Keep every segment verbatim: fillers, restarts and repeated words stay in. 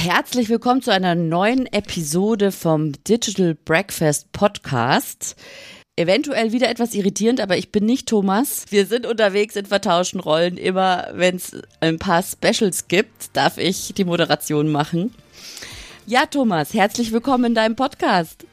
herzlich willkommen zu einer neuen Episode vom Digital Breakfast Podcast. Eventuell wieder etwas irritierend, aber ich bin nicht Thomas. Wir sind unterwegs in vertauschten Rollen. Immer wenn es ein paar Specials gibt, darf ich die Moderation machen. Ja, Thomas, herzlich willkommen in deinem Podcast.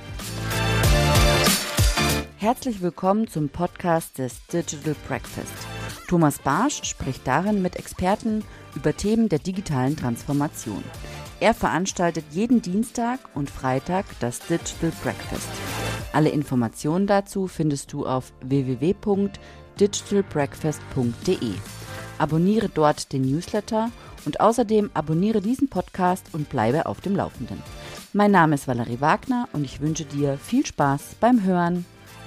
Herzlich willkommen zum Podcast des Digital Breakfast. Thomas Barsch spricht darin mit Experten über Themen der digitalen Transformation. Er veranstaltet jeden Dienstag und Freitag das Digital Breakfast. Alle Informationen dazu findest du auf w w w punkt digital breakfast punkt d e. Abonniere dort den Newsletter und außerdem abonniere diesen Podcast und bleibe auf dem Laufenden. Mein Name ist Valerie Wagner und ich wünsche dir viel Spaß beim Hören.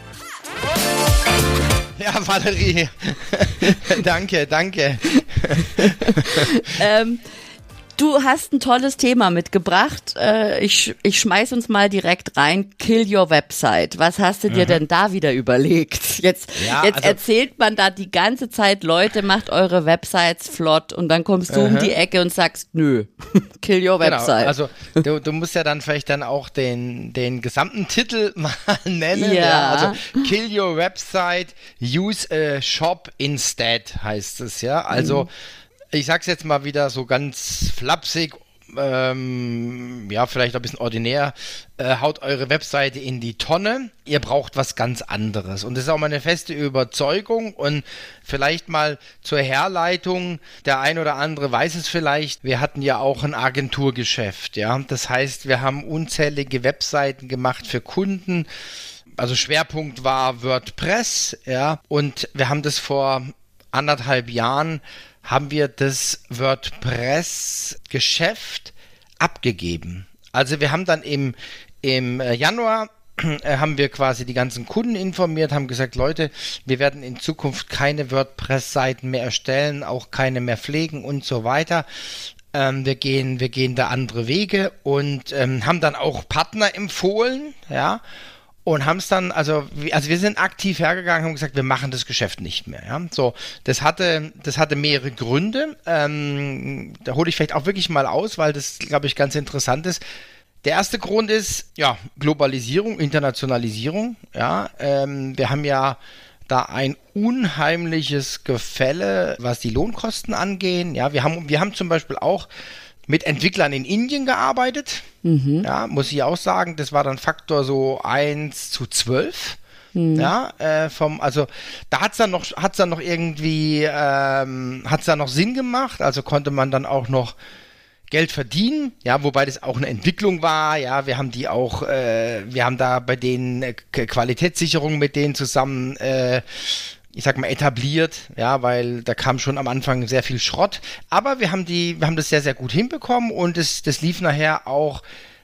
Ja, Valerie, danke, danke. ähm, du hast ein tolles Thema mitgebracht. Äh, ich, ich schmeiß uns mal direkt rein. Kill your website. Was hast du dir mhm. denn da wieder überlegt? Jetzt, ja, jetzt also, erzählt man da die ganze Zeit, Leute, macht eure Websites flott und dann kommst du uh-huh. um die Ecke und sagst, nö, kill your genau, website. Also du, du musst ja dann vielleicht dann auch den, den gesamten Titel mal nennen. Ja. ja. Also kill your website, use a shop instead heißt es, ja. Also mhm. ich sag's jetzt mal wieder so ganz flapsig, ähm, ja, vielleicht ein bisschen ordinär, äh, haut eure Webseite in die Tonne, ihr braucht was ganz anderes. Und das ist auch meine feste Überzeugung und vielleicht mal zur Herleitung, der ein oder andere weiß es vielleicht, wir hatten ja auch ein Agenturgeschäft, ja. Das heißt, wir haben unzählige Webseiten gemacht für Kunden, also Schwerpunkt war WordPress, ja, und wir haben das vor anderthalb Jahren haben wir das WordPress-Geschäft abgegeben. Also wir haben dann im, im Januar äh, haben wir quasi die ganzen Kunden informiert, haben gesagt, Leute, wir werden in Zukunft keine WordPress-Seiten mehr erstellen, auch keine mehr pflegen und so weiter. Ähm, wir gehen, wir gehen da andere Wege und ähm, haben dann auch Partner empfohlen, ja. Und haben es dann, also, also wir sind aktiv hergegangen und haben gesagt, wir machen das Geschäft nicht mehr. Ja? So, das hatte, das hatte mehrere Gründe. Ähm, da hole ich vielleicht auch wirklich mal aus, weil das, glaube ich, ganz interessant ist. Der erste Grund ist, ja, Globalisierung, Internationalisierung. Ja, ähm, wir haben ja da ein unheimliches Gefälle, was die Lohnkosten angehen. Ja, wir haben, wir haben zum Beispiel auch mit Entwicklern in Indien gearbeitet. Mhm. Ja, muss ich auch sagen, das war dann Faktor so eins zu zwölf. Mhm. Ja, äh, vom, also da hat's dann noch, hat's dann noch irgendwie, ähm, hat's dann noch Sinn gemacht, also konnte man dann auch noch Geld verdienen, ja, wobei das auch eine Entwicklung war, ja, wir haben die auch, äh, wir haben da bei denen äh, Qualitätssicherung mit denen zusammen, äh, ich sag mal, etabliert, ja, weil da kam schon am Anfang sehr viel Schrott, aber wir haben die, wir haben das sehr, sehr gut hinbekommen und das, das lief nachher auch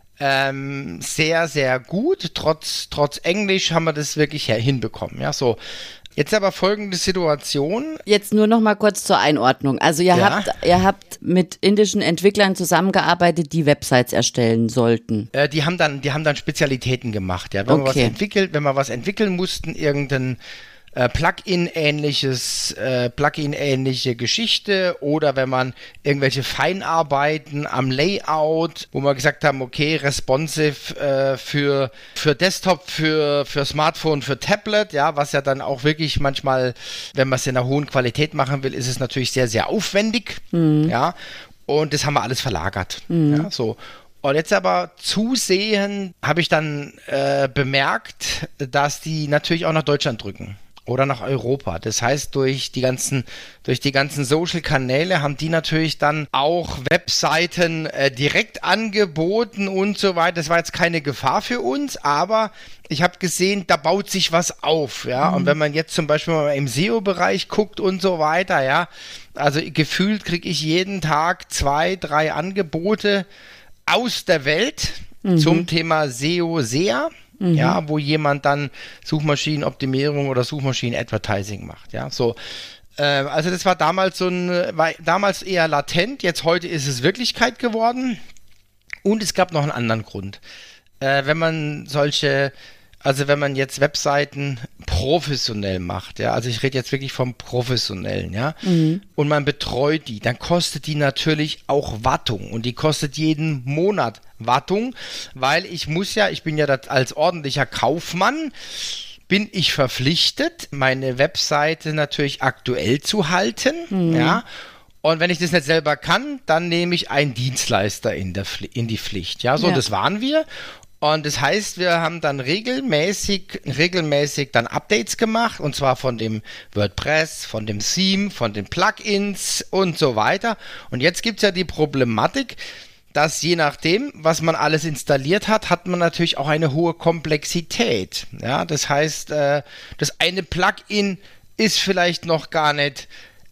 ähm, sehr, sehr gut, trotz, trotz Englisch haben wir das wirklich hinbekommen, ja, so. Jetzt aber folgende Situation. Jetzt nur noch mal kurz zur Einordnung. Also ihr ja. habt ihr habt mit indischen Entwicklern zusammengearbeitet, die Websites erstellen sollten. Äh, die haben dann die haben dann Spezialitäten gemacht, ja. Wenn okay. wir was entwickelt, wenn wir was entwickeln mussten, irgendein äh, Plugin-ähnliches, äh, Plugin-ähnliche Geschichte oder wenn man irgendwelche Feinarbeiten am Layout, wo wir gesagt haben, okay, responsive äh, für für Desktop, für für Smartphone, für Tablet, ja, was ja dann auch wirklich manchmal, wenn man es in einer hohen Qualität machen will, ist es natürlich sehr, sehr aufwendig, mhm. ja, und das haben wir alles verlagert, mhm. ja, so. Und jetzt aber zusehen, habe ich dann äh, bemerkt, dass die natürlich auch nach Deutschland drücken. Oder nach Europa. Das heißt, durch die ganzen, durch die ganzen Social-Kanäle haben die natürlich dann auch Webseiten äh, direkt angeboten und so weiter. Das war jetzt keine Gefahr für uns, aber ich habe gesehen, da baut sich was auf, ja. Mhm. Und wenn man jetzt zum Beispiel mal im S E O-Bereich guckt und so weiter, ja, also gefühlt kriege ich jeden Tag zwei, drei Angebote aus der Welt mhm. zum Thema S E O, S E A. Mhm. Ja, wo jemand dann Suchmaschinenoptimierung oder Suchmaschinen-Advertising macht, ja, so. Äh, also das war damals so ein, war damals eher latent, jetzt heute ist es Wirklichkeit geworden und es gab noch einen anderen Grund. Äh, wenn man solche, also wenn man jetzt Webseiten professionell macht, ja, also ich rede jetzt wirklich vom Professionellen, ja, mhm. und man betreut die, dann kostet die natürlich auch Wartung und die kostet jeden Monat Wartung, weil ich muss ja, ich bin ja als ordentlicher Kaufmann, bin ich verpflichtet, meine Webseite natürlich aktuell zu halten, mhm. ja, und wenn ich das nicht selber kann, dann nehme ich einen Dienstleister in, der Pfli- in die Pflicht, ja, so, ja. Das waren wir. Und das heißt, wir haben dann regelmäßig, regelmäßig dann Updates gemacht, und zwar von dem WordPress, von dem Theme, von den Plugins und so weiter. Und jetzt gibt es ja die Problematik, dass je nachdem, was man alles installiert hat, hat man natürlich auch eine hohe Komplexität. Ja, das heißt, äh, das eine Plugin ist vielleicht noch gar nicht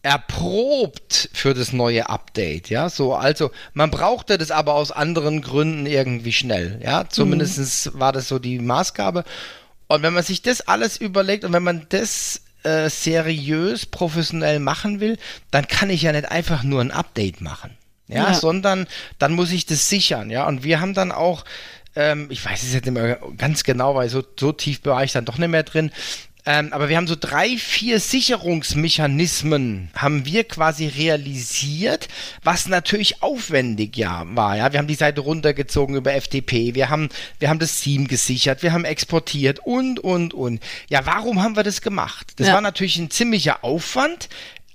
erprobt für das neue Update, ja, so, also man brauchte das aber aus anderen Gründen irgendwie schnell, ja, zumindest mhm. war das so die Maßgabe. Und wenn man sich das alles überlegt und wenn man das äh, seriös, professionell machen will, dann kann ich ja nicht einfach nur ein Update machen, ja, ja. sondern dann muss ich das sichern, ja, und wir haben dann auch, ähm, ich weiß es jetzt nicht mehr ganz genau, weil so, so tief war ich dann doch nicht mehr drin, Ähm, aber wir haben so drei, vier Sicherungsmechanismen haben wir quasi realisiert, was natürlich aufwendig ja war. Ja, wir haben die Seite runtergezogen über F T P, wir haben, wir haben das Theme gesichert, wir haben exportiert und, und, und. Ja, warum haben wir das gemacht? Das ja. war natürlich ein ziemlicher Aufwand,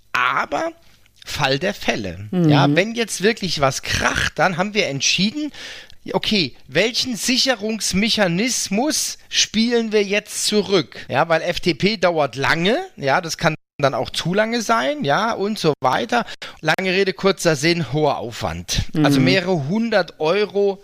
aber Fall der Fälle. Mhm. Ja, wenn jetzt wirklich was kracht, dann haben wir entschieden, okay, welchen Sicherungsmechanismus spielen wir jetzt zurück? Ja, weil F T P dauert lange, ja, das kann dann auch zu lange sein, ja, und so weiter. Lange Rede, kurzer Sinn, hoher Aufwand. Mhm. Also mehrere hundert Euro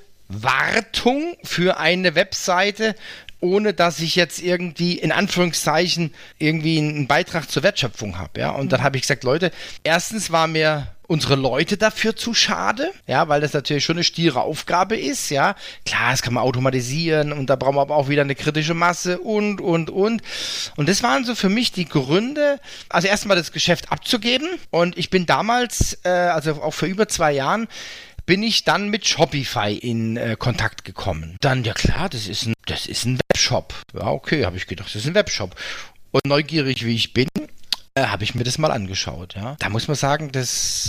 Wartung für eine Webseite, ohne dass ich jetzt irgendwie, in Anführungszeichen, irgendwie einen Beitrag zur Wertschöpfung habe, ja. Und dann habe ich gesagt, Leute, erstens war mir unsere Leute dafür zu schade, ja, weil das natürlich schon eine stiere Aufgabe ist, ja. Klar, das kann man automatisieren und da brauchen wir aber auch wieder eine kritische Masse und, und, und. Und das waren so für mich die Gründe, also erstmal das Geschäft abzugeben, und ich bin damals, äh, also auch vor über zwei Jahren, bin ich dann mit Shopify in äh, Kontakt gekommen. Dann, ja klar, das ist ein, das ist ein Webshop. Ja, okay, habe ich gedacht, das ist ein Webshop. Und neugierig wie ich bin, äh, habe ich mir das mal angeschaut. Ja. Da muss man sagen, das,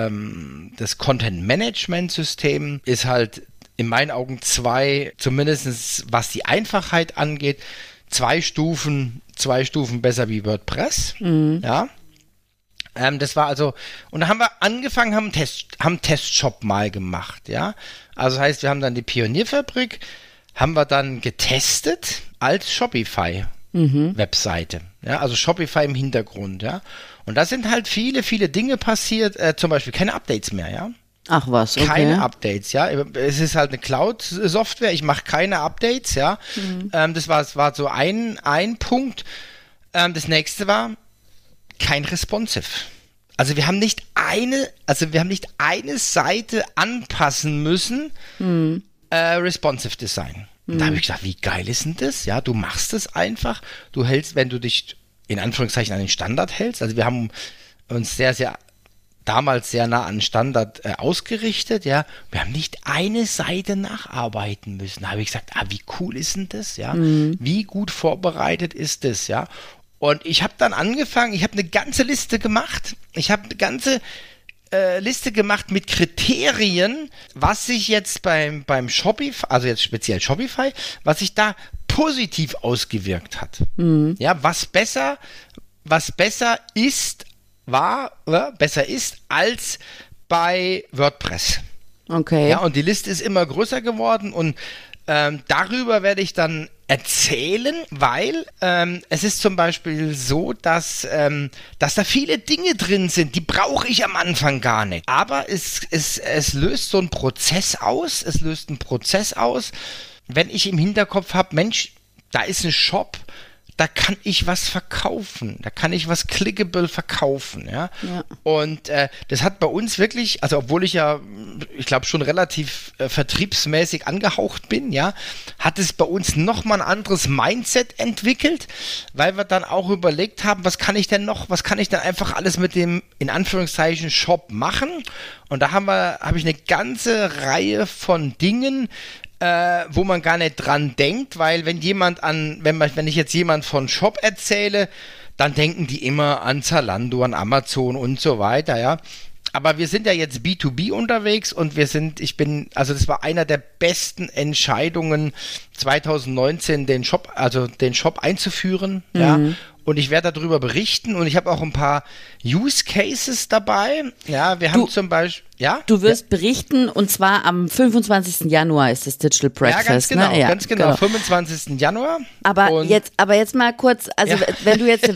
ähm, das Content-Management-System ist halt in meinen Augen zwei, zumindest was die Einfachheit angeht, zwei Stufen, zwei Stufen besser wie WordPress. Mhm. Ja. Ähm, das war also, und da haben wir angefangen, haben einen Test, haben einen Testshop mal gemacht, ja. Also das heißt, wir haben dann die Pionierfabrik, haben wir dann getestet als Shopify-Webseite, mhm. ja, also Shopify im Hintergrund, ja. Und da sind halt viele, viele Dinge passiert, äh, zum Beispiel keine Updates mehr, ja. Ach was, okay. Keine Updates, ja. Es ist halt eine Cloud-Software, ich mache keine Updates, ja. Mhm. Ähm, das war, das war so ein, ein Punkt. Ähm, das nächste war, kein Responsive. Also wir haben nicht eine, also wir haben nicht eine Seite anpassen müssen, hm. äh, Responsive Design. Hm. Da habe ich gesagt, wie geil ist denn das? Ja, du machst es einfach. Du hältst, wenn du dich in Anführungszeichen an den Standard hältst. Also wir haben uns sehr, sehr damals sehr nah an Standard äh, ausgerichtet. Ja, wir haben nicht eine Seite nacharbeiten müssen. Da habe ich gesagt, ah, wie cool ist denn das? Ja, hm. wie gut vorbereitet ist das? Ja. Und ich habe dann angefangen, ich habe eine ganze Liste gemacht. Ich habe eine ganze äh, Liste gemacht mit Kriterien, was sich jetzt beim, beim Shopify, also jetzt speziell Shopify, was sich da positiv ausgewirkt hat. Mhm. Ja, was besser, was besser ist, war, oder besser ist als bei WordPress. Okay. Ja, und die Liste ist immer größer geworden, und ähm, darüber werde ich dann erzählen, weil ähm, es ist zum Beispiel so, dass, ähm, dass da viele Dinge drin sind, die brauche ich am Anfang gar nicht. Aber es, es, es löst so einen Prozess aus, es löst einen Prozess aus, wenn ich im Hinterkopf habe, Mensch, da ist ein Shop, da kann ich was verkaufen, da kann ich was clickable verkaufen, ja. ja. Und äh, das hat bei uns wirklich, also obwohl ich ja, ich glaube schon relativ äh, vertriebsmäßig angehaucht bin, ja, hat es bei uns nochmal ein anderes Mindset entwickelt, weil wir dann auch überlegt haben, was kann ich denn noch, was kann ich denn einfach alles mit dem, in Anführungszeichen, Shop machen? Und da haben wir, habe ich eine ganze Reihe von Dingen äh, wo man gar nicht dran denkt, weil wenn jemand an, wenn man, wenn ich jetzt jemand von Shop erzähle, dann denken die immer an Zalando, an Amazon und so weiter, ja. Aber wir sind ja jetzt B zwei B unterwegs und wir sind, ich bin, also das war einer der besten Entscheidungen zwanzig neunzehn, den Shop, also den Shop einzuführen, mhm. ja. Und ich werde darüber berichten und ich habe auch ein paar Use Cases dabei. Ja, wir haben du, zum Beispiel, ja? Du wirst ja. berichten und zwar am fünfundzwanzigsten Januar ist das Digital Breakfast. Ja, ganz genau, ne? ja, ganz genau, genau. fünfundzwanzigsten Januar. Aber und jetzt, aber jetzt mal kurz, also ja. wenn du jetzt, ich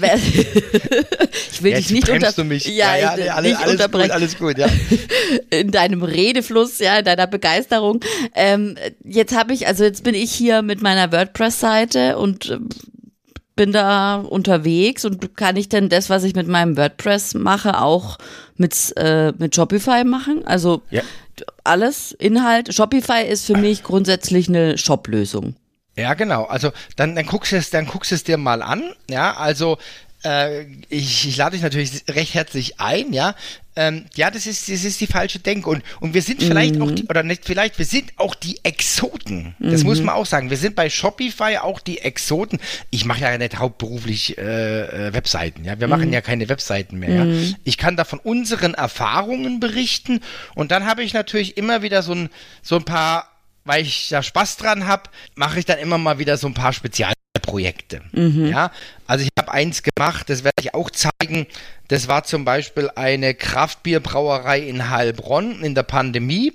will ja, dich nicht unter, du mich. Ja, ja, ja nee, alles, nicht alles unterbrechen. Gut, alles gut, ja. In deinem Redefluss, ja, in deiner Begeisterung. Ähm, jetzt habe ich, also jetzt bin ich hier mit meiner WordPress-Seite und äh, bin da unterwegs und kann ich denn das, was ich mit meinem WordPress mache, auch mit, äh, mit Shopify machen? Also ja. alles, Inhalt. Shopify ist für mich grundsätzlich eine Shop-Lösung. Ja, genau. Also dann, dann guckst du es, dann guckst du es dir mal an. Ja, also äh, ich, ich lade dich natürlich recht herzlich ein, ja. Ähm, ja, das ist, das ist die falsche Denke. Und, und wir sind vielleicht mhm. auch, die, oder nicht vielleicht, wir sind auch die Exoten. Das mhm. muss man auch sagen. Wir sind bei Shopify auch die Exoten. Ich mache ja nicht hauptberuflich äh, Webseiten, ja. Wir mhm. machen ja keine Webseiten mehr, mhm. ja. Ich kann da von unseren Erfahrungen berichten und dann habe ich natürlich immer wieder so ein, so ein paar, weil ich da Spaß dran habe, mache ich dann immer mal wieder so ein paar Spezialprojekte. Mhm. Ja, also ich habe eins gemacht, das werde ich auch zeigen. Das war zum Beispiel eine Kraftbierbrauerei in Heilbronn in der Pandemie.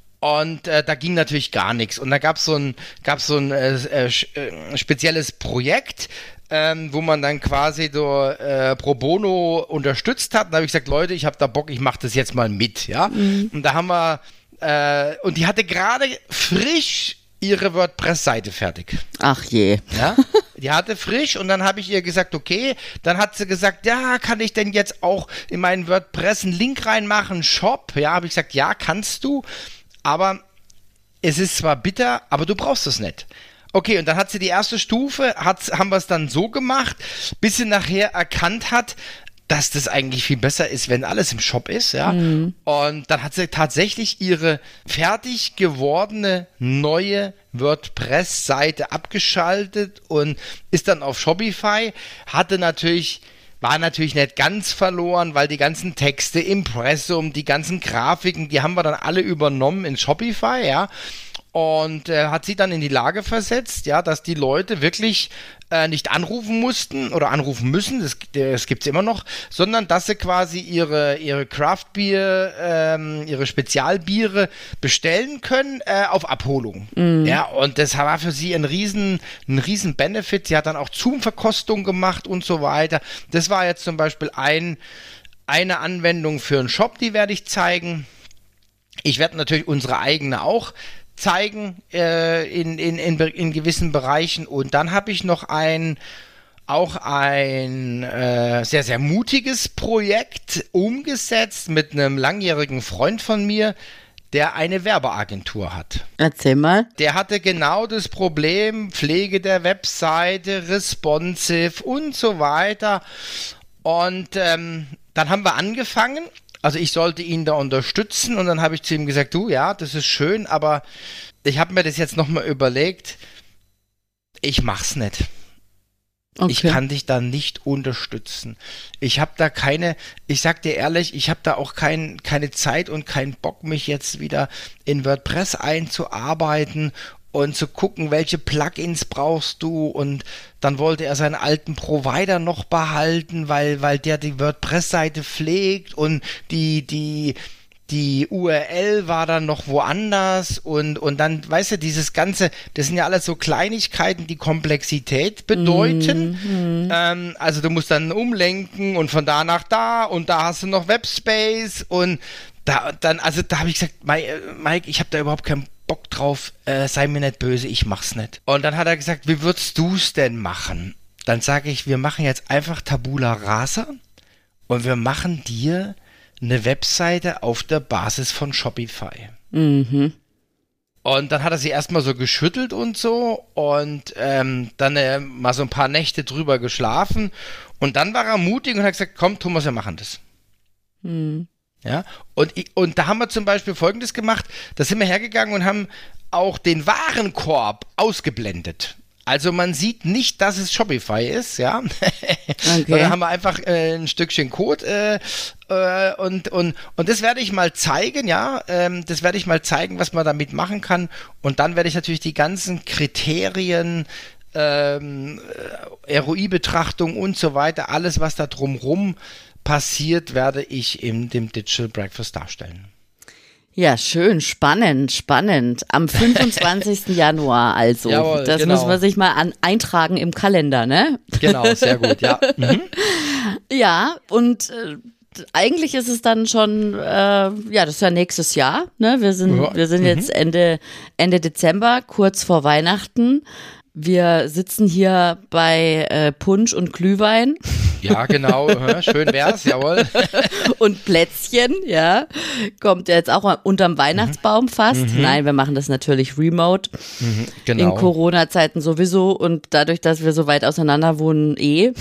Und äh, da ging natürlich gar nichts. Und da gab es so ein, gab's so ein äh, äh, spezielles Projekt, ähm, wo man dann quasi so äh, pro bono unterstützt hat. Da habe ich gesagt, Leute, ich habe da Bock, ich mache das jetzt mal mit. Ja. Mhm. Und da haben wir, äh, und die hatte gerade frisch ihre WordPress-Seite fertig. Ach je. Ja, die hatte frisch und dann habe ich ihr gesagt, okay, dann hat sie gesagt, ja, kann ich denn jetzt auch in meinen WordPress einen Link reinmachen, Shop? Ja, habe ich gesagt, ja, kannst du, aber es ist zwar bitter, aber du brauchst es nicht. Okay, und dann hat sie die erste Stufe, hat, haben wir es dann so gemacht, bis sie nachher erkannt hat, dass das eigentlich viel besser ist, wenn alles im Shop ist, ja. Mhm. Und dann hat sie tatsächlich ihre fertig gewordene neue WordPress-Seite abgeschaltet und ist dann auf Shopify, hatte natürlich, war natürlich nicht ganz verloren, weil die ganzen Texte, Impressum, die ganzen Grafiken, die haben wir dann alle übernommen in Shopify, ja. Und äh, hat sie dann in die Lage versetzt, ja, dass die Leute wirklich äh, nicht anrufen mussten oder anrufen müssen, das, das gibt's immer noch, sondern dass sie quasi ihre, ihre Craft-Bier, ähm, ihre Spezialbiere bestellen können äh, auf Abholung. Mhm. Ja, und das war für sie ein riesen, ein riesen Benefit. Sie hat dann auch Zoom-Verkostung gemacht und so weiter. Das war jetzt zum Beispiel ein, eine Anwendung für einen Shop, die werde ich zeigen. Ich werde natürlich unsere eigene auch zeigen äh, in, in, in, in gewissen Bereichen und dann habe ich noch ein auch ein äh, sehr, sehr mutiges Projekt umgesetzt mit einem langjährigen Freund von mir, der eine Werbeagentur hat. Erzähl mal. Der hatte genau das Problem, Pflege der Webseite, responsive und so weiter und ähm, dann haben wir angefangen. Also ich sollte ihn da unterstützen und dann habe ich zu ihm gesagt, du, ja, das ist schön, aber ich habe mir das jetzt nochmal überlegt, ich mach's nicht. Okay. Ich kann dich da nicht unterstützen. Ich habe da keine, ich sag dir ehrlich, ich habe da auch kein, keine Zeit und keinen Bock, mich jetzt wieder in WordPress einzuarbeiten und zu gucken, welche Plugins brauchst du, und dann wollte er seinen alten Provider noch behalten, weil, weil der die WordPress-Seite pflegt und die, die, die U R L war dann noch woanders und, und dann, weißt du, dieses Ganze, das sind ja alles so Kleinigkeiten, die Komplexität bedeuten. Mhm. Ähm, also du musst dann umlenken und von da nach da und da hast du noch Webspace und da, dann, also da habe ich gesagt, Mike, ich habe da überhaupt keinen Bock drauf, äh, sei mir nicht böse, ich mach's nicht. Und dann hat er gesagt, wie würdest du's denn machen? Dann sage ich, wir machen jetzt einfach Tabula Rasa und wir machen dir eine Webseite auf der Basis von Shopify. Mhm. Und dann hat er sie erstmal so geschüttelt und so und ähm, dann äh, mal so ein paar Nächte drüber geschlafen und dann war er mutig und hat gesagt, komm Thomas, wir machen das. Mhm. Ja, und, und da haben wir zum Beispiel Folgendes gemacht, da sind wir hergegangen und haben auch den Warenkorb ausgeblendet. Also man sieht nicht, dass es Shopify ist, ja. Okay. Da haben wir einfach äh, ein Stückchen Code äh, äh, und, und, und das werde ich mal zeigen, ja. Ähm, das werde ich mal zeigen, was man damit machen kann. Und dann werde ich natürlich die ganzen Kriterien, ähm, R O I-Betrachtung und so weiter, alles, was da drumrum passiert, werde ich in dem Digital Breakfast darstellen. Ja, schön, spannend, spannend. Am fünfundzwanzigsten Januar also. Jawohl, das genau. muss man sich mal an, eintragen im Kalender, ne? Genau, sehr gut, ja. Mhm. Ja, und äh, eigentlich ist es dann schon, äh, ja, das ist ja nächstes Jahr, ne? Wir sind, Ja. wir sind Mhm. jetzt Ende, Ende Dezember, kurz vor Weihnachten. Wir sitzen hier bei äh, Punsch und Glühwein. Ja, genau, schön wär's, jawohl. Und Plätzchen, ja, kommt ja jetzt auch unterm Weihnachtsbaum fast. Mhm. Nein, wir machen das natürlich remote. Mhm, genau. In Corona-Zeiten sowieso und dadurch, dass wir so weit auseinander wohnen, eh.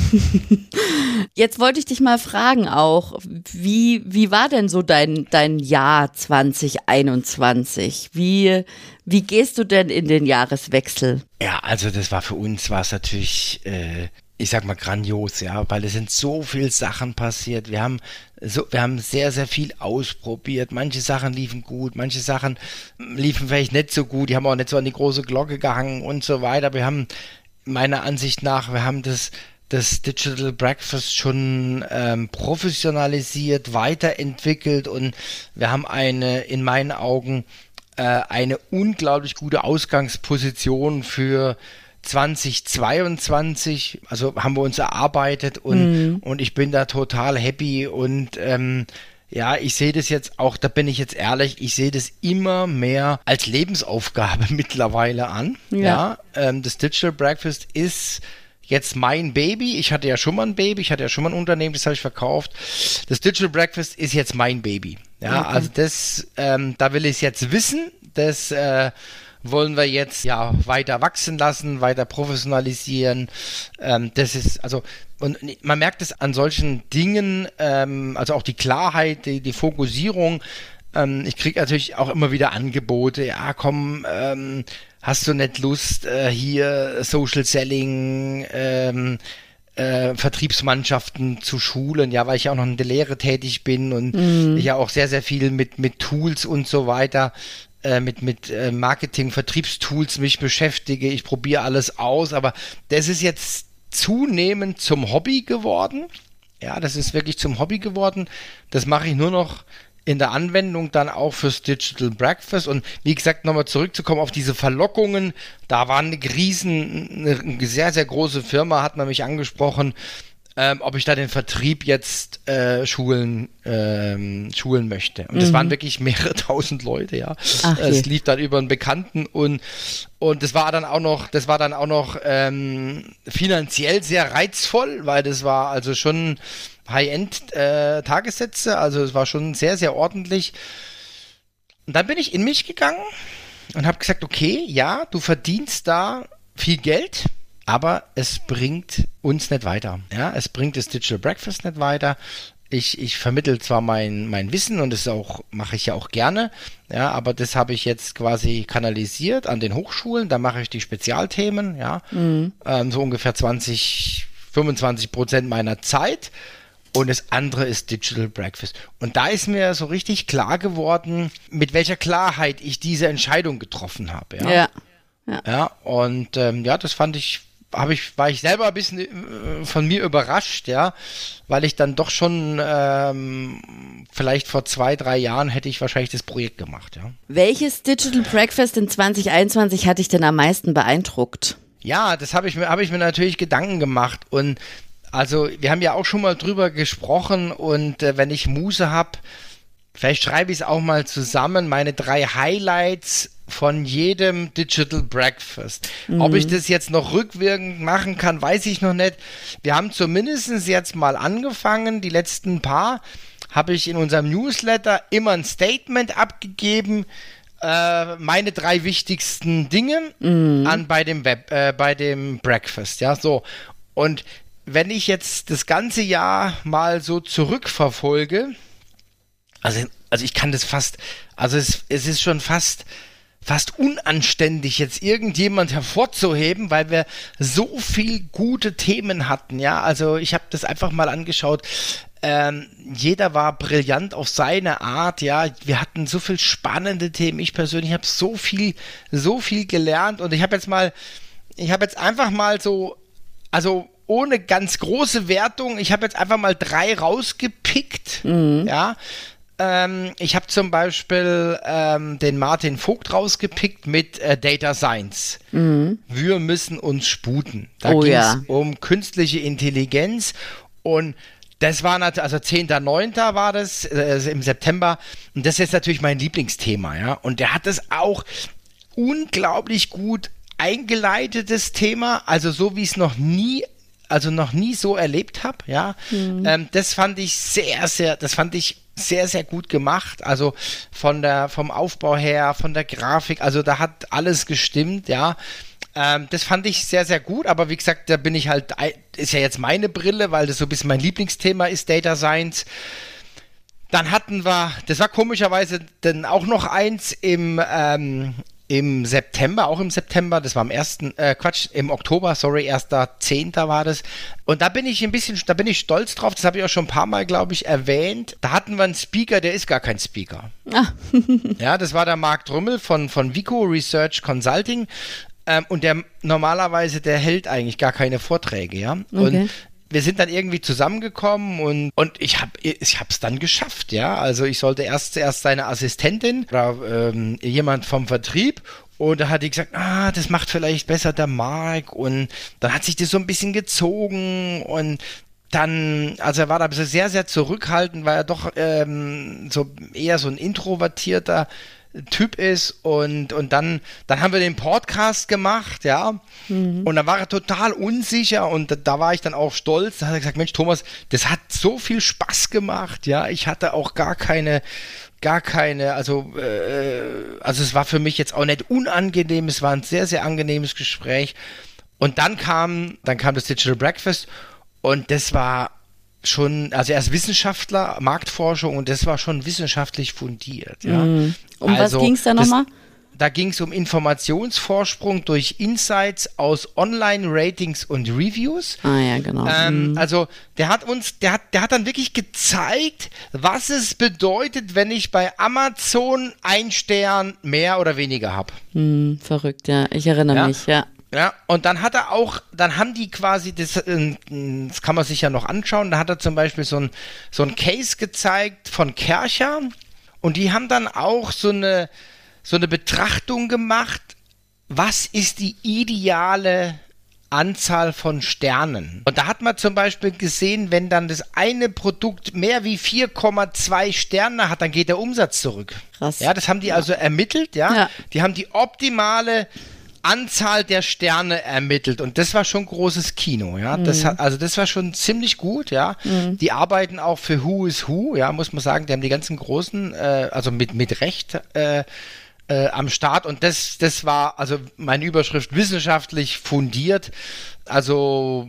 Jetzt wollte ich dich mal fragen auch, wie, wie war denn so dein, dein Jahr zwanzig einundzwanzig? Wie, wie gehst du denn in den Jahreswechsel? Ja, also das war für uns, war es natürlich, äh, ich sag mal, grandios, ja, weil es sind so viele Sachen passiert. Wir haben so, wir haben sehr, sehr viel ausprobiert. Manche Sachen liefen gut, manche Sachen liefen vielleicht nicht so gut. Die haben auch nicht so an die große Glocke gehangen und so weiter. Wir haben, meiner Ansicht nach, wir haben das das Digital Breakfast schon ähm, professionalisiert, weiterentwickelt und wir haben eine, in meinen Augen, äh, eine unglaublich gute Ausgangsposition für zwanzig zweiundzwanzig, also haben wir uns erarbeitet und, mhm. und ich bin da total happy und ähm, ja, ich sehe das jetzt auch, da bin ich jetzt ehrlich, ich sehe das immer mehr als Lebensaufgabe mittlerweile an. Ja, ja ähm, das Digital Breakfast ist jetzt mein Baby. Ich hatte ja schon mal ein Baby, ich hatte ja schon mal ein Unternehmen, das habe ich verkauft. Das Digital Breakfast ist jetzt mein Baby. Ja, okay. Also das, ähm, da will ich es jetzt wissen, das äh, wollen wir jetzt ja weiter wachsen lassen, weiter professionalisieren. Ähm, das ist, also, und man merkt es an solchen Dingen, ähm, also auch die Klarheit, die, die Fokussierung. Ähm, ich kriege natürlich auch immer wieder Angebote, ja komm, ähm, hast du nicht Lust, äh, hier Social Selling, ähm, äh, Vertriebsmannschaften zu schulen, ja, weil ich ja auch noch in der Lehre tätig bin und mhm. ich ja auch sehr, sehr viel mit, mit Tools und so weiter, äh, mit, mit äh, Marketing, Vertriebstools mich beschäftige. Ich probiere alles aus, aber das ist jetzt zunehmend zum Hobby geworden. Ja, das ist wirklich zum Hobby geworden. Das mache ich nur noch in der Anwendung dann auch fürs Digital Breakfast und wie gesagt, nochmal zurückzukommen auf diese Verlockungen, da war eine riesen, eine sehr, sehr große Firma, hat man mich angesprochen, ähm, ob ich da den Vertrieb jetzt äh, schulen, ähm, schulen möchte. Und das mhm. waren wirklich mehrere tausend Leute, ja. Ach, es lief dann über einen Bekannten und und das war dann auch noch, das war dann auch noch ähm, finanziell sehr reizvoll, weil das war also schon High-End-Tagessätze, äh, also es war schon sehr, sehr ordentlich. Und dann bin ich in mich gegangen und habe gesagt, okay, ja, du verdienst da viel Geld, aber es bringt uns nicht weiter. Ja, es bringt das Digital Breakfast nicht weiter. Ich, ich vermittle zwar mein, mein Wissen und das auch mache ich ja auch gerne, ja, aber das habe ich jetzt quasi kanalisiert an den Hochschulen, da mache ich die Spezialthemen, ja, mhm. ähm, so ungefähr zwanzig, fünfundzwanzig Prozent meiner Zeit. Und das andere ist Digital Breakfast. Und da ist mir so richtig klar geworden, mit welcher Klarheit ich diese Entscheidung getroffen habe. Ja, ja. ja. ja und ähm, ja, das fand ich, habe ich, war ich selber ein bisschen äh, von mir überrascht, ja, weil ich dann doch schon ähm, vielleicht vor zwei, drei Jahren hätte ich wahrscheinlich das Projekt gemacht. Ja. Welches Digital Breakfast in zwanzig einundzwanzig hat dich denn am meisten beeindruckt? Ja, das habe ich mir, habe ich mir natürlich Gedanken gemacht und also wir haben ja auch schon mal drüber gesprochen und äh, wenn ich Muße habe, vielleicht schreibe ich es auch mal zusammen, meine drei Highlights von jedem Digital Breakfast. Mhm. Ob ich das jetzt noch rückwirkend machen kann, weiß ich noch nicht. Wir haben zumindest jetzt mal angefangen, die letzten paar habe ich in unserem Newsletter immer ein Statement abgegeben, äh, meine drei wichtigsten Dinge mhm. an bei dem Web, äh, bei dem Breakfast, ja, so. Und wenn ich jetzt das ganze Jahr mal so zurückverfolge, also, also ich kann das fast, also es, es ist schon fast, fast unanständig, jetzt irgendjemand hervorzuheben, weil wir so viel gute Themen hatten, ja, also ich habe das einfach mal angeschaut, ähm, jeder war brillant auf seine Art, ja, wir hatten so viel spannende Themen, ich persönlich habe so viel, so viel gelernt und ich habe jetzt mal, ich habe jetzt einfach mal so, also ohne ganz große Wertung, ich habe jetzt einfach mal drei rausgepickt, mhm. ja, ich habe zum Beispiel ähm, den Martin Vogt rausgepickt mit äh, Data Science. Mhm. Wir müssen uns sputen. Da oh, ging es ja. um künstliche Intelligenz und das war natürlich, also zehnter neunter war das, äh, im September und das ist jetzt natürlich mein Lieblingsthema, ja. Und der hat das auch unglaublich gut eingeleitetes Thema, also so wie es noch nie also noch nie so erlebt habe, ja. Mhm. Ähm, das fand ich sehr, sehr, das fand ich sehr, sehr gut gemacht, also von der, vom Aufbau her, von der Grafik, also da hat alles gestimmt, ja. Ähm, das fand ich sehr, sehr gut, aber wie gesagt, da bin ich halt, ist ja jetzt meine Brille, weil das so ein bisschen mein Lieblingsthema ist, Data Science. Dann hatten wir, das war komischerweise dann auch noch eins im, ähm, im September, auch im September, das war am ersten, äh, Quatsch, im Oktober, sorry, erster zehnter war das. Und da bin ich ein bisschen, da bin ich stolz drauf, das habe ich auch schon ein paar Mal, glaube ich, erwähnt. Da hatten wir einen Speaker, der ist gar kein Speaker. Ah. Ja, das war der Marc Drümmel von, von Vico Research Consulting. Ähm, und der normalerweise, der hält eigentlich gar keine Vorträge, ja. Okay. Und wir sind dann irgendwie zusammengekommen und, und ich habe ich hab's dann geschafft, ja. Also ich sollte erst zuerst seine Assistentin oder ähm, jemand vom Vertrieb und da hat die gesagt, ah, das macht vielleicht besser der Marc und dann hat sich das so ein bisschen gezogen und dann, also er war da sehr, sehr zurückhaltend, weil er doch ähm, so eher so ein introvertierter Typ ist und, und dann, dann haben wir den Podcast gemacht, ja, mhm. und dann war er total unsicher und da, da war ich dann auch stolz, da hat er gesagt, Mensch Thomas, das hat so viel Spaß gemacht, ja, ich hatte auch gar keine, gar keine, also, äh, also es war für mich jetzt auch nicht unangenehm, es war ein sehr, sehr angenehmes Gespräch und dann kam, dann kam das Digital Breakfast und das war schon, also er ist Wissenschaftler, Marktforschung und das war schon wissenschaftlich fundiert. Ja. Mm. Um also, was ging es da nochmal? Da ging es um Informationsvorsprung durch Insights aus Online-Ratings und Reviews. Ah ja, genau. Ähm, mm. Also der hat uns, der hat, der hat dann wirklich gezeigt, was es bedeutet, wenn ich bei Amazon ein Stern mehr oder weniger habe. Mm, verrückt, ja. Ich erinnere ja? mich, ja. Ja, und dann hat er auch, dann haben die quasi, das, das kann man sich ja noch anschauen, da hat er zum Beispiel so ein, so ein Case gezeigt von Kärcher und die haben dann auch so eine, so eine Betrachtung gemacht, was ist die ideale Anzahl von Sternen. Und da hat man zum Beispiel gesehen, wenn dann das eine Produkt mehr wie vier Komma zwei Sterne hat, dann geht der Umsatz zurück. Krass. Ja, das haben die also ermittelt, ja. ja. Die haben die optimale Anzahl der Sterne ermittelt und das war schon großes Kino, ja, mhm. das hat, also das war schon ziemlich gut, ja, mhm. die arbeiten auch für Who is Who, ja, muss man sagen, die haben die ganzen großen, äh, also mit, mit Recht äh, äh, am Start und das, das war, also meine Überschrift wissenschaftlich fundiert, also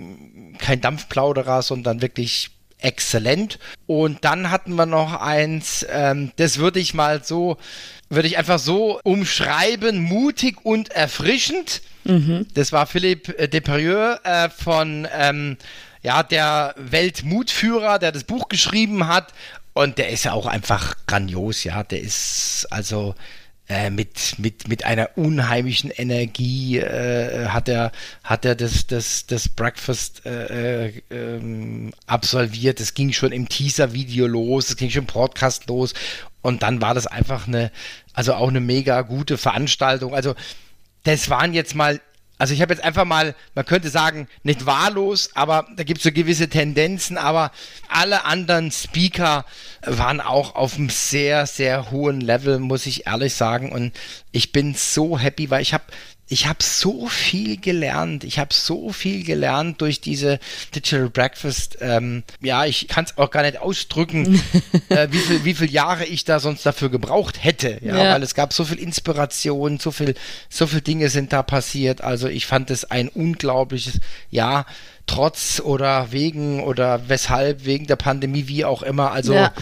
kein Dampfplauderer, sondern wirklich exzellent. Und dann hatten wir noch eins, ähm, das würde ich mal so, würde ich einfach so umschreiben, mutig und erfrischend. Mhm. Das war Philippe Deperieux äh, von ähm, ja, der Weltmutführer, der das Buch geschrieben hat. Und der ist ja auch einfach grandios, ja. Der ist also Äh, mit, mit, mit einer unheimlichen Energie äh, hat er, hat er das, das, das Breakfast äh, äh, ähm, absolviert. Es ging schon im Teaser-Video los, es ging schon im Podcast los und dann war das einfach eine, also auch eine mega gute Veranstaltung. Also das waren jetzt mal, also ich habe jetzt einfach mal, man könnte sagen, nicht wahllos, aber da gibt es so gewisse Tendenzen, aber alle anderen Speaker waren auch auf einem sehr, sehr hohen Level, muss ich ehrlich sagen. Und ich bin so happy, weil ich habe ich habe so viel gelernt. Ich habe so viel gelernt durch diese Digital Breakfast. Ähm, ja, ich kann es auch gar nicht ausdrücken, äh, wie viel, wie viel Jahre ich da sonst dafür gebraucht hätte. Ja, ja. Weil es gab so viel Inspiration, so viel, so viel Dinge sind da passiert. Also ich fand es ein unglaubliches, ja, trotz oder wegen oder weshalb, wegen der Pandemie, wie auch immer. Also ja.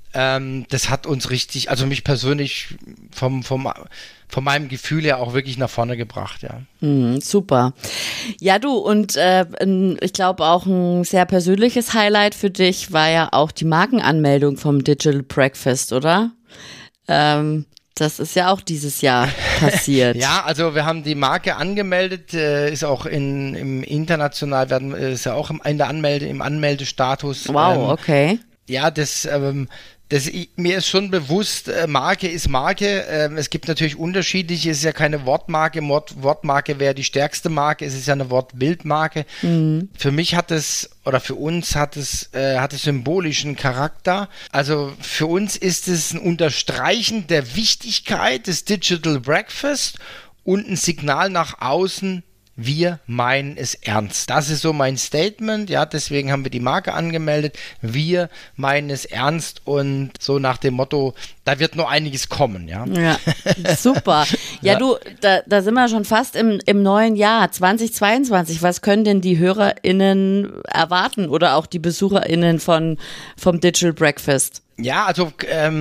ähm, das hat uns richtig, also mich persönlich vom, vom, von meinem Gefühl her auch wirklich nach vorne gebracht, ja. Hm, super. Ja, du, und äh, ich glaube auch ein sehr persönliches Highlight für dich war ja auch die Markenanmeldung vom Digital Breakfast, oder? Ähm, das ist ja auch dieses Jahr passiert. Ja, also wir haben die Marke angemeldet, äh, ist auch in, im international werden, ist ja auch im, in der Anmelde, im Anmeldestatus. Wow, ähm, okay. Ja, das, ähm, das, mir ist schon bewusst, äh, Marke ist Marke. Ähm, es gibt natürlich unterschiedliche, es ist ja keine Wortmarke. Wort, Wortmarke wäre die stärkste Marke, es ist ja eine Wortbildmarke. Mhm. Für mich hat es, oder für uns hat es, äh, hat es symbolischen Charakter. Also für uns ist es ein Unterstreichen der Wichtigkeit des Digital Breakfast und ein Signal nach außen, wir meinen es ernst. Das ist so mein Statement, ja, deswegen haben wir die Marke angemeldet. Wir meinen es ernst und so nach dem Motto, da wird noch einiges kommen, ja. Ja, super. Ja, ja. du, da, da sind wir schon fast im, im neuen Jahr zweitausendzweiundzwanzig. Was können denn die HörerInnen erwarten oder auch die BesucherInnen von, vom Digital Breakfast? Ja, also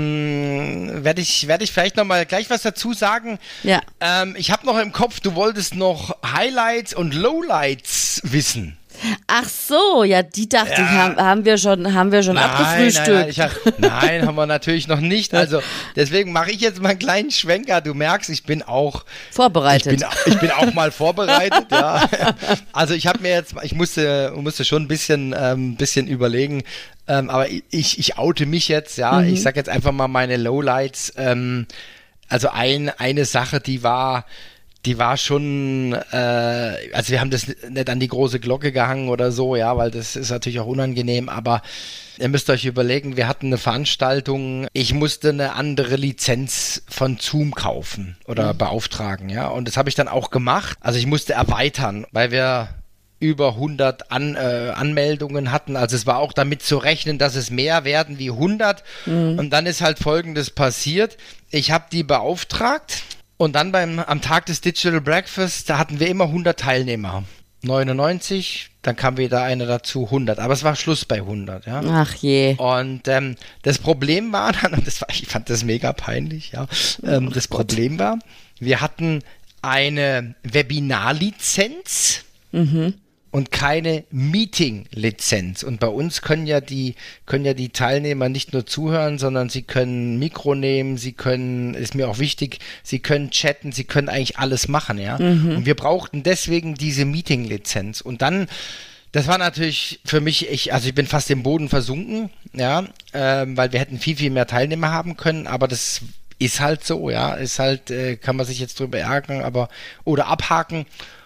ähm, werde ich, werd ich vielleicht nochmal gleich was dazu sagen. Ja. Ähm, ich habe noch im Kopf, du wolltest noch Highlights und Lowlights wissen. Ach so, ja, die dachte ja. ich, haben, haben wir schon, haben wir schon nein, abgefrühstückt. Nein, nein, ich hab, nein, haben wir natürlich noch nicht. Also deswegen mache ich jetzt mal einen kleinen Schwenker. Du merkst, ich bin auch vorbereitet. Ich bin, ich bin auch mal vorbereitet. Ja. Also ich habe mir jetzt, ich musste, musste schon ein bisschen, ähm, bisschen überlegen. Ähm, aber ich, ich oute mich jetzt. Ja, mhm. Ich sag jetzt einfach mal meine Lowlights. Ähm, also ein, eine Sache, die war Die war schon, äh, also wir haben das nicht an die große Glocke gehangen oder so, ja, weil das ist natürlich auch unangenehm, aber ihr müsst euch überlegen, wir hatten eine Veranstaltung, ich musste eine andere Lizenz von Zoom kaufen oder mhm. beauftragen, ja, und das habe ich dann auch gemacht, also ich musste erweitern, weil wir über hundert An, äh, Anmeldungen hatten, also es war auch damit zu rechnen, dass es mehr werden wie hundert mhm. und dann ist halt Folgendes passiert, ich habe die beauftragt. Und dann beim, am Tag des Digital Breakfast, da hatten wir immer hundert Teilnehmer. neunundneunzig, dann kam wieder einer dazu, hundert. Aber es war Schluss bei hundert, ja. Ach je. Und ähm, das Problem war dann, und das war, ich fand das mega peinlich, ja. Ähm, das Problem war, wir hatten eine Webinarlizenz mhm. und keine Meeting-Lizenz. Und bei uns können ja die, können ja die Teilnehmer nicht nur zuhören, sondern sie können Mikro nehmen, sie können, ist mir auch wichtig, sie können chatten, sie können eigentlich alles machen, ja. Mhm. Und wir brauchten deswegen diese Meeting-Lizenz. Und dann, das war natürlich für mich, ich, also ich bin fast im Boden versunken, ja, ähm, weil wir hätten viel, viel mehr Teilnehmer haben können, aber das ist halt so, ja, ist halt, äh, kann man sich jetzt drüber ärgern, aber, oder abhaken.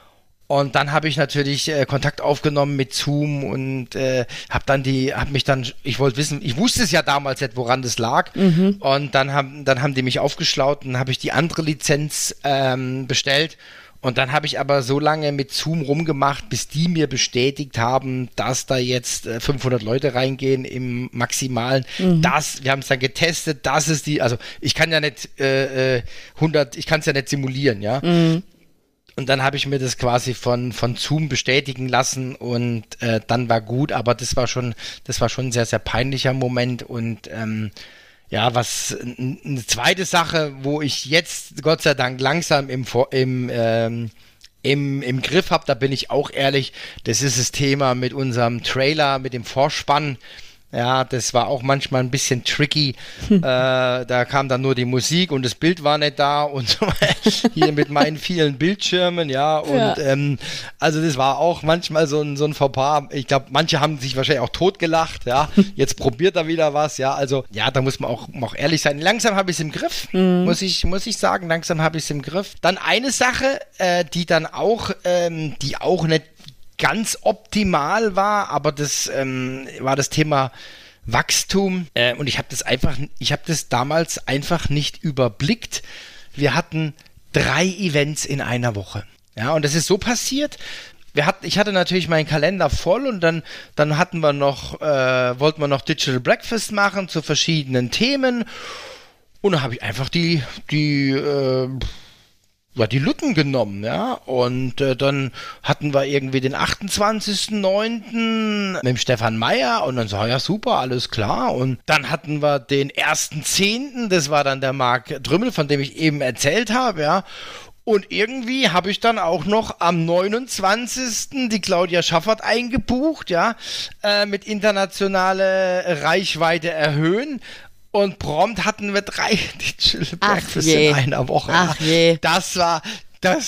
Und dann habe ich natürlich äh, Kontakt aufgenommen mit Zoom und äh, habe dann die, habe mich dann, ich wollte wissen, ich wusste es ja damals nicht, woran das lag. Mhm. Und dann haben, dann haben die mich aufgeschlaut und habe ich die andere Lizenz ähm, bestellt. Und dann habe ich aber so lange mit Zoom rumgemacht, bis die mir bestätigt haben, dass da jetzt äh, fünfhundert Leute reingehen im Maximalen. Mhm. Das, wir haben es dann getestet, das ist die, also ich kann ja nicht äh, hundert, ich kann es ja nicht simulieren, ja. Mhm. Und dann habe ich mir das quasi von, von Zoom bestätigen lassen und äh, dann war gut, aber das war schon, das war schon ein sehr, sehr peinlicher Moment und ähm, ja, was eine zweite Sache, wo ich jetzt Gott sei Dank langsam im, im, ähm, im, im Griff habe, da bin ich auch ehrlich, das ist das Thema mit unserem Trailer, mit dem Vorspann. Ja, das war auch manchmal ein bisschen tricky. äh, da kam dann nur die Musik und das Bild war nicht da und so, hier mit meinen vielen Bildschirmen, ja. Und ja. Ähm, also das war auch manchmal so ein, so ein Fauxpas. Ich glaube, manche haben sich wahrscheinlich auch totgelacht, ja. Jetzt probiert er wieder was, ja. Also ja, da muss man auch, auch ehrlich sein. Langsam habe ich es im Griff, mhm. muss ich, muss ich sagen. Langsam habe ich es im Griff. Dann eine Sache, äh, die dann auch, ähm, die auch nicht ganz optimal war, aber das ähm, war das Thema Wachstum äh, und ich habe das einfach, ich habe das damals einfach nicht überblickt. Wir hatten drei Events in einer Woche, ja, und das ist so passiert. Wir hatten, ich hatte natürlich meinen Kalender voll und dann, dann hatten wir noch, äh, wollten wir noch Digital Breakfast machen zu verschiedenen Themen und dann habe ich einfach die, die, äh, ja, die Lütten genommen, ja, und äh, dann hatten wir irgendwie den achtundzwanzigsten neunten mit dem Stefan Meyer und dann so, ja, super, alles klar, und dann hatten wir den ersten zehnten, das war dann der Marc Drümmel, von dem ich eben erzählt habe, ja, und irgendwie habe ich dann auch noch am neunundzwanzigsten die Claudia Schaffert eingebucht, ja, äh, mit internationale Reichweite erhöhen. Und prompt hatten wir drei Digital Breakfast in einer Woche. Ach je. Das war, das,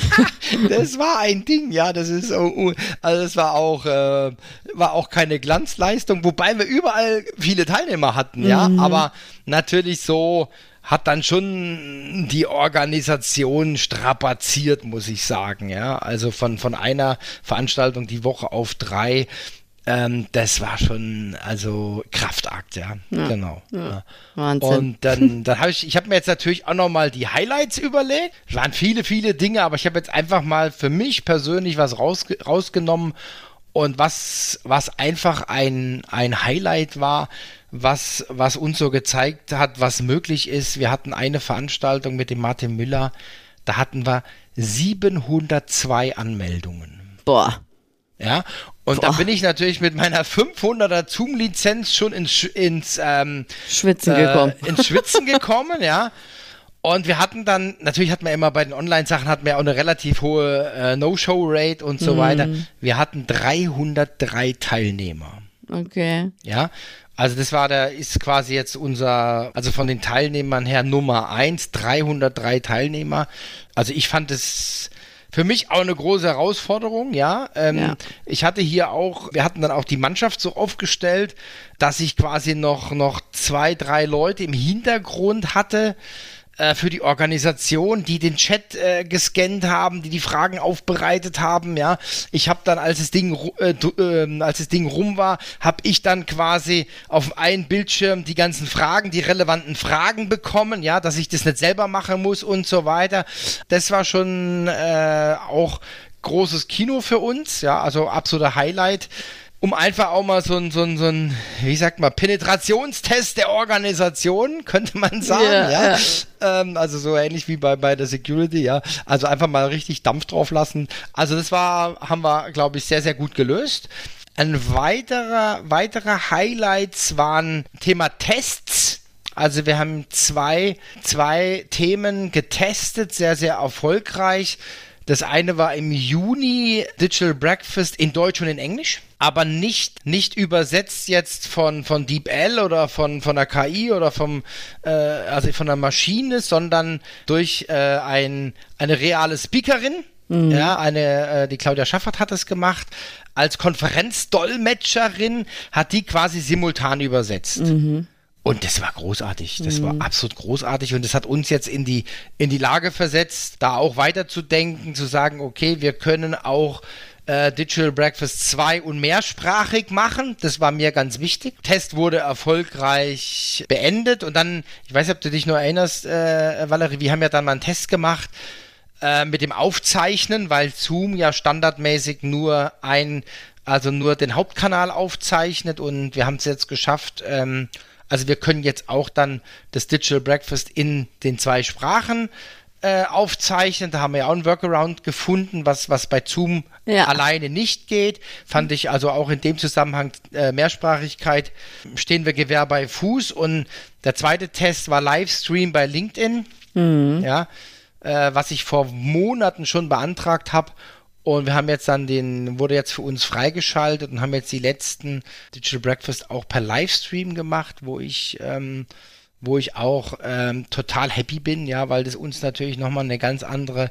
das war ein Ding, ja, das ist so, also das war auch, äh, war auch keine Glanzleistung, wobei wir überall viele Teilnehmer hatten, mhm. ja, aber natürlich so, hat dann schon die Organisation strapaziert, muss ich sagen, ja, also von, von einer Veranstaltung die Woche auf drei, ähm, das war schon, also Kraftakt, ja, ja genau. Ja. Ja. Wahnsinn. Und dann, dann habe ich, ich habe mir jetzt natürlich auch nochmal die Highlights überlegt, es waren viele, viele Dinge, aber ich habe jetzt einfach mal für mich persönlich was raus, rausgenommen und was, was einfach ein, ein Highlight war, was, was uns so gezeigt hat, was möglich ist. Wir hatten eine Veranstaltung mit dem Martin Müller, da hatten wir siebenhundertzwei Anmeldungen. Boah. Ja, und Boah. Da bin ich natürlich mit meiner fünfhunderter Zoom-Lizenz schon ins, ins ähm, Schwitzen äh, gekommen. ins Schwitzen gekommen, ja. Und wir hatten dann, natürlich hat man immer bei den Online-Sachen hat man ja auch eine relativ hohe äh, No-Show-Rate und so mm. weiter. Wir hatten dreihundertdrei Teilnehmer. Okay. Ja, also das war der, ist quasi jetzt unser, also von den Teilnehmern her Nummer eins, dreihundertdrei Teilnehmer. Also ich fand es für mich auch eine große Herausforderung, ja. Ähm, ja. Ich hatte hier auch, wir hatten dann auch die Mannschaft so aufgestellt, dass ich quasi noch, noch zwei, drei Leute im Hintergrund hatte, für die Organisation, die den Chat äh, gescannt haben, die die Fragen aufbereitet haben, ja. Ich habe dann, als das Ding äh, äh, als das Ding rum war, habe ich dann quasi auf einen Bildschirm die ganzen Fragen, die relevanten Fragen bekommen, ja, dass ich das nicht selber machen muss und so weiter. Das war schon äh, auch großes Kino für uns, ja, also absoluter Highlight. Um einfach auch mal so ein, so ein, so ein, wie sagt man, Penetrationstest der Organisation, könnte man sagen, yeah, ja. Yeah. Ähm, also so ähnlich wie bei, bei der Security, ja. Also einfach mal richtig Dampf drauf lassen. Also das war, haben wir, glaube ich, sehr, sehr gut gelöst. Ein weiterer, weitere Highlights waren Thema Tests. Also wir haben zwei, zwei Themen getestet, sehr, sehr erfolgreich. Das eine war im Juni Digital Breakfast in Deutsch und in Englisch, aber nicht, nicht übersetzt jetzt von, von DeepL oder von, von der K I oder vom, äh, also von der Maschine, sondern durch äh, ein, eine reale Speakerin. Mhm. Ja, eine, äh, die Claudia Schaffert hat es gemacht. Als Konferenzdolmetscherin hat die quasi simultan übersetzt. Mhm. Und das war großartig, das mhm. war absolut großartig und das hat uns jetzt in die, in die Lage versetzt, da auch weiterzudenken, zu sagen, okay, wir können auch äh, Digital Breakfast zwei und mehrsprachig machen, das war mir ganz wichtig. Test wurde erfolgreich beendet und dann, ich weiß nicht, ob du dich nur erinnerst, äh, Valerie, wir haben ja dann mal einen Test gemacht äh, mit dem Aufzeichnen, weil Zoom ja standardmäßig nur ein, also nur den Hauptkanal aufzeichnet und wir haben es jetzt geschafft, ähm, also wir können jetzt auch dann das Digital Breakfast in den zwei Sprachen äh, aufzeichnen. Da haben wir ja auch einen Workaround gefunden, was, was bei Zoom ja. alleine nicht geht. Fand ich also auch in dem Zusammenhang äh, Mehrsprachigkeit stehen wir Gewehr bei Fuß. Und der zweite Test war Livestream bei LinkedIn, mhm. ja, äh, was ich vor Monaten schon beantragt habe. Und wir haben jetzt dann den, wurde jetzt für uns freigeschaltet und haben jetzt die letzten Digital Breakfast auch per Livestream gemacht, wo ich, ähm, wo ich auch ähm, total happy bin, ja, weil das uns natürlich nochmal eine ganz andere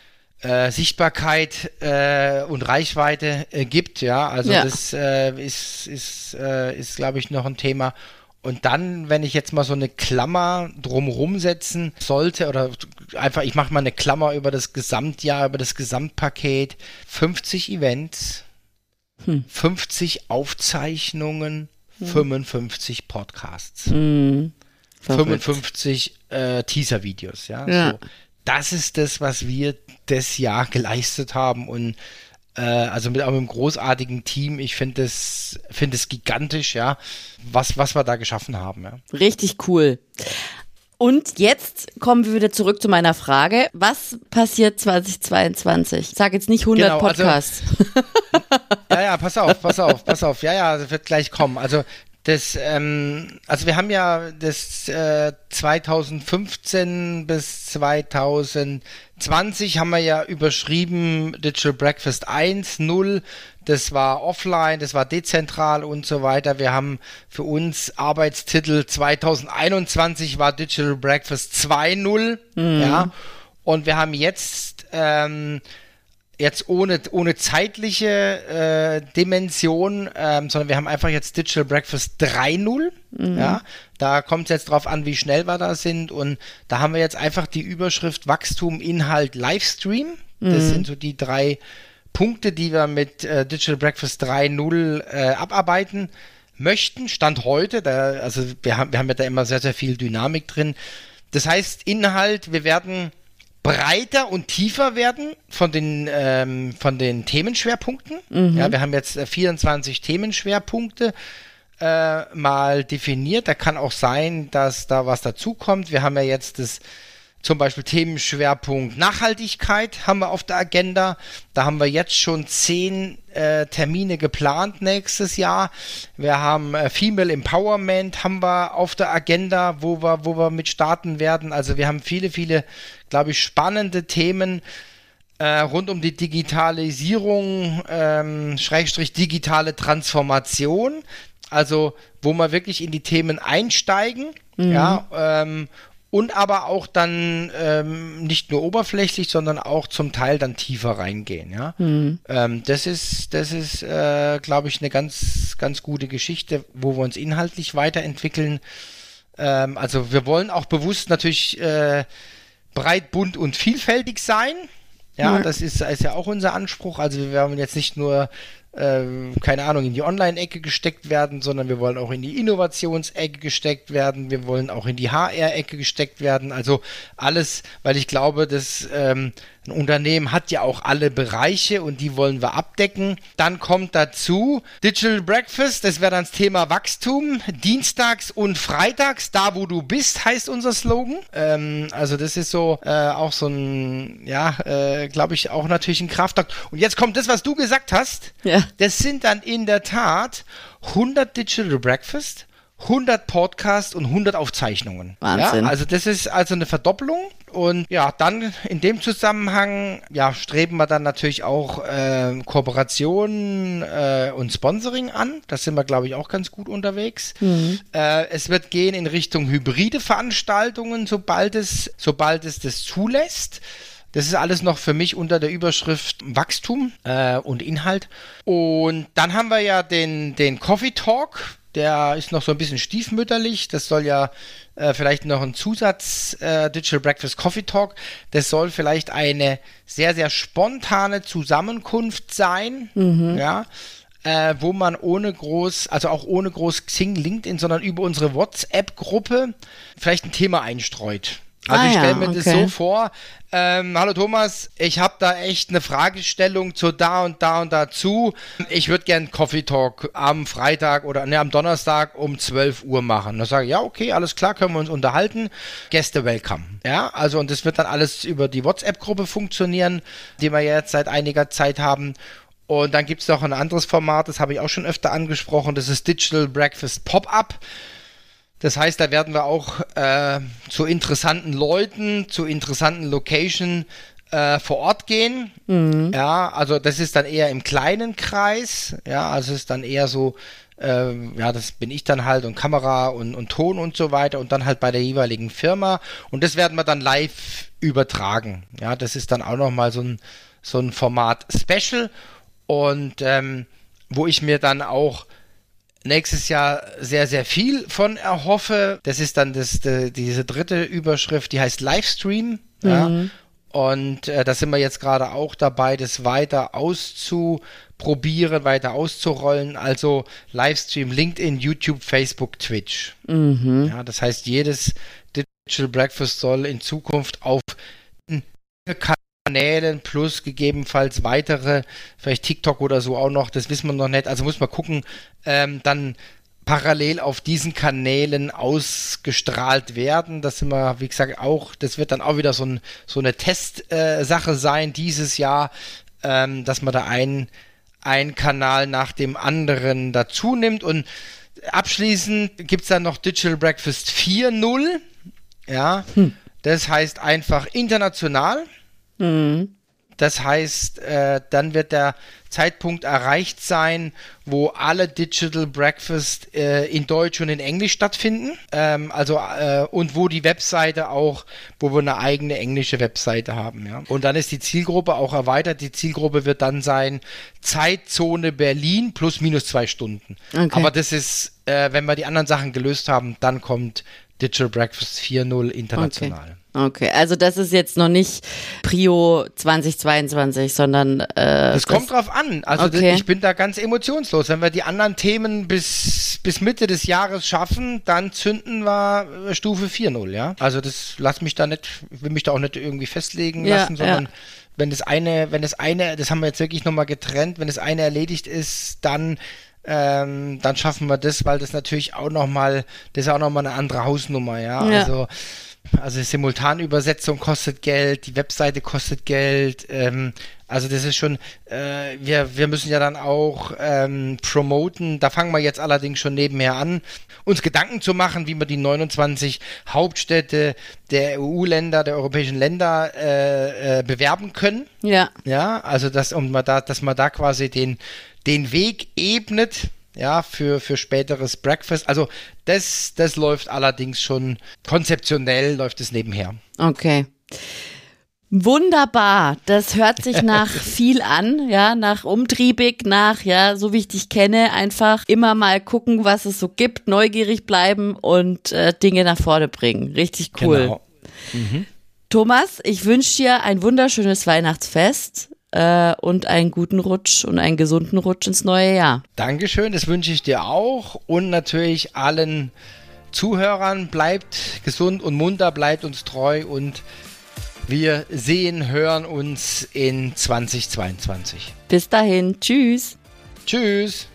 äh, Sichtbarkeit äh, und Reichweite äh, gibt, ja. Also ja. das äh, ist, ist, äh, ist, glaube ich, noch ein Thema. Und dann, wenn ich jetzt mal so eine Klammer drumherum setzen sollte oder einfach, ich mache mal eine Klammer über das Gesamtjahr, über das Gesamtpaket, fünfzig Events, hm. fünfzig Aufzeichnungen, hm. fünfundfünfzig Podcasts, hm. fünfundfünfzig äh, Teaser-Videos, ja. ja. So. Das ist das, was wir das Jahr geleistet haben und also mit, auch mit einem großartigen Team. Ich finde es finde es gigantisch, ja, was, was wir da geschaffen haben. Ja. Richtig cool. Und jetzt kommen wir wieder zurück zu meiner Frage. Was passiert zwanzig zweiundzwanzig? Ich sage jetzt nicht hundert genau, Podcasts. Also, ja, ja, pass auf, pass auf, pass auf. Ja, ja, das wird gleich kommen. Also das, ähm, also wir haben ja das äh, zweitausendfünfzehn bis zweitausendzwanzig haben wir ja überschrieben Digital Breakfast eins Punkt null. Das war offline, das war dezentral und so weiter. Wir haben für uns Arbeitstitel zweitausendeinundzwanzig war Digital Breakfast zwei Punkt null. Mhm. Ja. Und wir haben jetzt ähm, jetzt ohne, ohne zeitliche äh, Dimension, ähm, sondern wir haben einfach jetzt Digital Breakfast drei Punkt null. Mhm. Ja, da kommt es jetzt drauf an, wie schnell wir da sind. Und da haben wir jetzt einfach die Überschrift Wachstum, Inhalt, Livestream. Das mhm. sind so die drei Punkte, die wir mit äh, Digital Breakfast drei Punkt null äh, abarbeiten möchten. Stand heute, da, also wir haben, wir haben ja da immer sehr, sehr viel Dynamik drin. Das heißt, Inhalt, wir werden breiter und tiefer werden von den, ähm, von den Themenschwerpunkten. Mhm. Ja, wir haben jetzt äh, vierundzwanzig Themenschwerpunkte äh, mal definiert. Da kann auch sein, dass da was dazukommt. Wir haben ja jetzt das zum Beispiel Themenschwerpunkt Nachhaltigkeit haben wir auf der Agenda. Da haben wir jetzt schon zehn äh, Termine geplant nächstes Jahr. Wir haben äh, Female Empowerment haben wir auf der Agenda, wo wir, wo wir mit starten werden. Also wir haben viele, viele, glaube ich, spannende Themen äh, rund um die Digitalisierung, ähm, Schrägstrich digitale Transformation. Also wo wir wirklich in die Themen einsteigen. Mhm. Ja, ähm, und aber auch dann ähm, nicht nur oberflächlich, sondern auch zum Teil dann tiefer reingehen. Ja, mhm. ähm, das ist, das ist, äh, glaube ich, eine ganz, ganz gute Geschichte, wo wir uns inhaltlich weiterentwickeln. Ähm, also wir wollen auch bewusst natürlich äh, breit, bunt und vielfältig sein. Ja, mhm. das ist, ist ja auch unser Anspruch. Also wir werden jetzt nicht nur Ähm, keine Ahnung, in die Online-Ecke gesteckt werden, sondern wir wollen auch in die Innovationsecke gesteckt werden, wir wollen auch in die H R-Ecke gesteckt werden, also alles, weil ich glaube, dass ähm, ein Unternehmen hat ja auch alle Bereiche und die wollen wir abdecken. Dann kommt dazu Digital Breakfast, das wäre dann das Thema Wachstum, dienstags und freitags, da wo du bist, heißt unser Slogan. Ähm, also das ist so äh, auch so ein, ja, äh, glaube ich, auch natürlich ein Kraftakt. Und jetzt kommt das, was du gesagt hast. Ja. Das sind dann in der Tat hundert Digital Breakfast, hundert Podcasts und hundert Aufzeichnungen. Wahnsinn. Ja, also das ist also eine Verdoppelung. Und ja, dann in dem Zusammenhang, ja, streben wir dann natürlich auch äh, Kooperationen äh, und Sponsoring an. Da sind wir, glaube ich, auch ganz gut unterwegs. Mhm. Äh, es wird gehen in Richtung hybride Veranstaltungen, sobald es, sobald es das zulässt. Das ist alles noch für mich unter der Überschrift Wachstum äh, und Inhalt. Und dann haben wir ja den, den Coffee Talk. Der ist noch so ein bisschen stiefmütterlich. Das soll ja äh, vielleicht noch ein Zusatz äh, Digital Breakfast Coffee Talk. Das soll vielleicht eine sehr, sehr spontane Zusammenkunft sein. Mhm. Ja. Äh, wo man ohne groß, also auch ohne groß Xing, LinkedIn, sondern über unsere WhatsApp-Gruppe vielleicht ein Thema einstreut. Also ah, ich stelle mir ja, okay. das so vor, ähm, hallo Thomas, ich habe da echt eine Fragestellung zu da und da und dazu. Ich würde gern Coffee Talk am Freitag oder ne, am Donnerstag um zwölf Uhr machen. Da sage ich, ja, okay, alles klar, können wir uns unterhalten. Gäste welcome. Ja, also und das wird dann alles über die WhatsApp-Gruppe funktionieren, die wir jetzt seit einiger Zeit haben. Und dann gibt es noch ein anderes Format, das habe ich auch schon öfter angesprochen, das ist Digital Breakfast Pop-Up. Das heißt, da werden wir auch äh, zu interessanten Leuten, zu interessanten Location äh, vor Ort gehen. Mhm. Ja, also das ist dann eher im kleinen Kreis. Ja, also es ist dann eher so, äh, ja, das bin ich dann halt und Kamera und, und Ton und so weiter und dann halt bei der jeweiligen Firma. Und das werden wir dann live übertragen. Ja, das ist dann auch nochmal so ein, so ein Format Special und ähm, wo ich mir dann auch nächstes Jahr sehr, sehr viel von erhoffe. Das ist dann das, die, diese dritte Überschrift, die heißt Livestream. Mhm. Ja. Und äh, da sind wir jetzt gerade auch dabei, das weiter auszuprobieren, weiter auszurollen. Also Livestream, LinkedIn, YouTube, Facebook, Twitch. Mhm. Ja, das heißt, jedes Digital Breakfast soll in Zukunft auf Kanälen plus gegebenenfalls weitere, vielleicht TikTok oder so auch noch, das wissen wir noch nicht, also muss man gucken, ähm, dann parallel auf diesen Kanälen ausgestrahlt werden. Das sind wir, wie gesagt, auch, das wird dann auch wieder so, ein, so eine Testsache äh, sein dieses Jahr, ähm, dass man da einen, einen Kanal nach dem anderen dazu nimmt. Und abschließend gibt es dann noch Digital Breakfast vier Punkt null. Ja, hm. Das heißt einfach international. Mhm. Das heißt, äh, dann wird der Zeitpunkt erreicht sein, wo alle Digital Breakfast äh, in Deutsch und in Englisch stattfinden. Ähm, also äh, und wo die Webseite auch, wo wir eine eigene englische Webseite haben. Ja. Und dann ist die Zielgruppe auch erweitert. Die Zielgruppe wird dann sein Zeitzone Berlin plus minus zwei Stunden. Okay. Aber das ist, äh, wenn wir die anderen Sachen gelöst haben, dann kommt Digital Breakfast vier Punkt null international. Okay. Okay, also das ist jetzt noch nicht Prio zweitausendzweiundzwanzig, sondern äh, das kommt drauf an. Also okay. das, ich bin da ganz emotionslos. Wenn wir die anderen Themen bis, bis Mitte des Jahres schaffen, dann zünden wir Stufe vier Punkt null, ja. Also das lass mich da nicht, will mich da auch nicht irgendwie festlegen ja, lassen, sondern ja. wenn das eine, wenn das eine, das haben wir jetzt wirklich nochmal getrennt, wenn das eine erledigt ist, dann Ähm, dann schaffen wir das, weil das natürlich auch nochmal, das ist auch nochmal eine andere Hausnummer, ja, ja. also Also Simultanübersetzung kostet Geld, die Webseite kostet Geld, ähm, also das ist schon, äh, wir, wir müssen ja dann auch ähm, promoten, da fangen wir jetzt allerdings schon nebenher an, uns Gedanken zu machen, wie wir die neunundzwanzig Hauptstädte der E U-Länder, der europäischen Länder äh, äh, bewerben können. Ja. Ja, also dass, um man da, dass man da quasi den, den Weg ebnet, ja, für, für späteres Breakfast. Also das, das läuft allerdings schon konzeptionell, läuft es nebenher. Okay. Wunderbar. Das hört sich nach viel an, ja, nach umtriebig, nach, ja, so wie ich dich kenne, einfach immer mal gucken, was es so gibt, neugierig bleiben und äh, Dinge nach vorne bringen. Richtig cool. Genau. Mhm. Thomas, ich wünsche dir ein wunderschönes Weihnachtsfest. Und einen guten Rutsch und einen gesunden Rutsch ins neue Jahr. Dankeschön, das wünsche ich dir auch und natürlich allen Zuhörern. Bleibt gesund und munter, bleibt uns treu und wir sehen, hören uns in zweitausendzweiundzwanzig. Bis dahin, tschüss. Tschüss.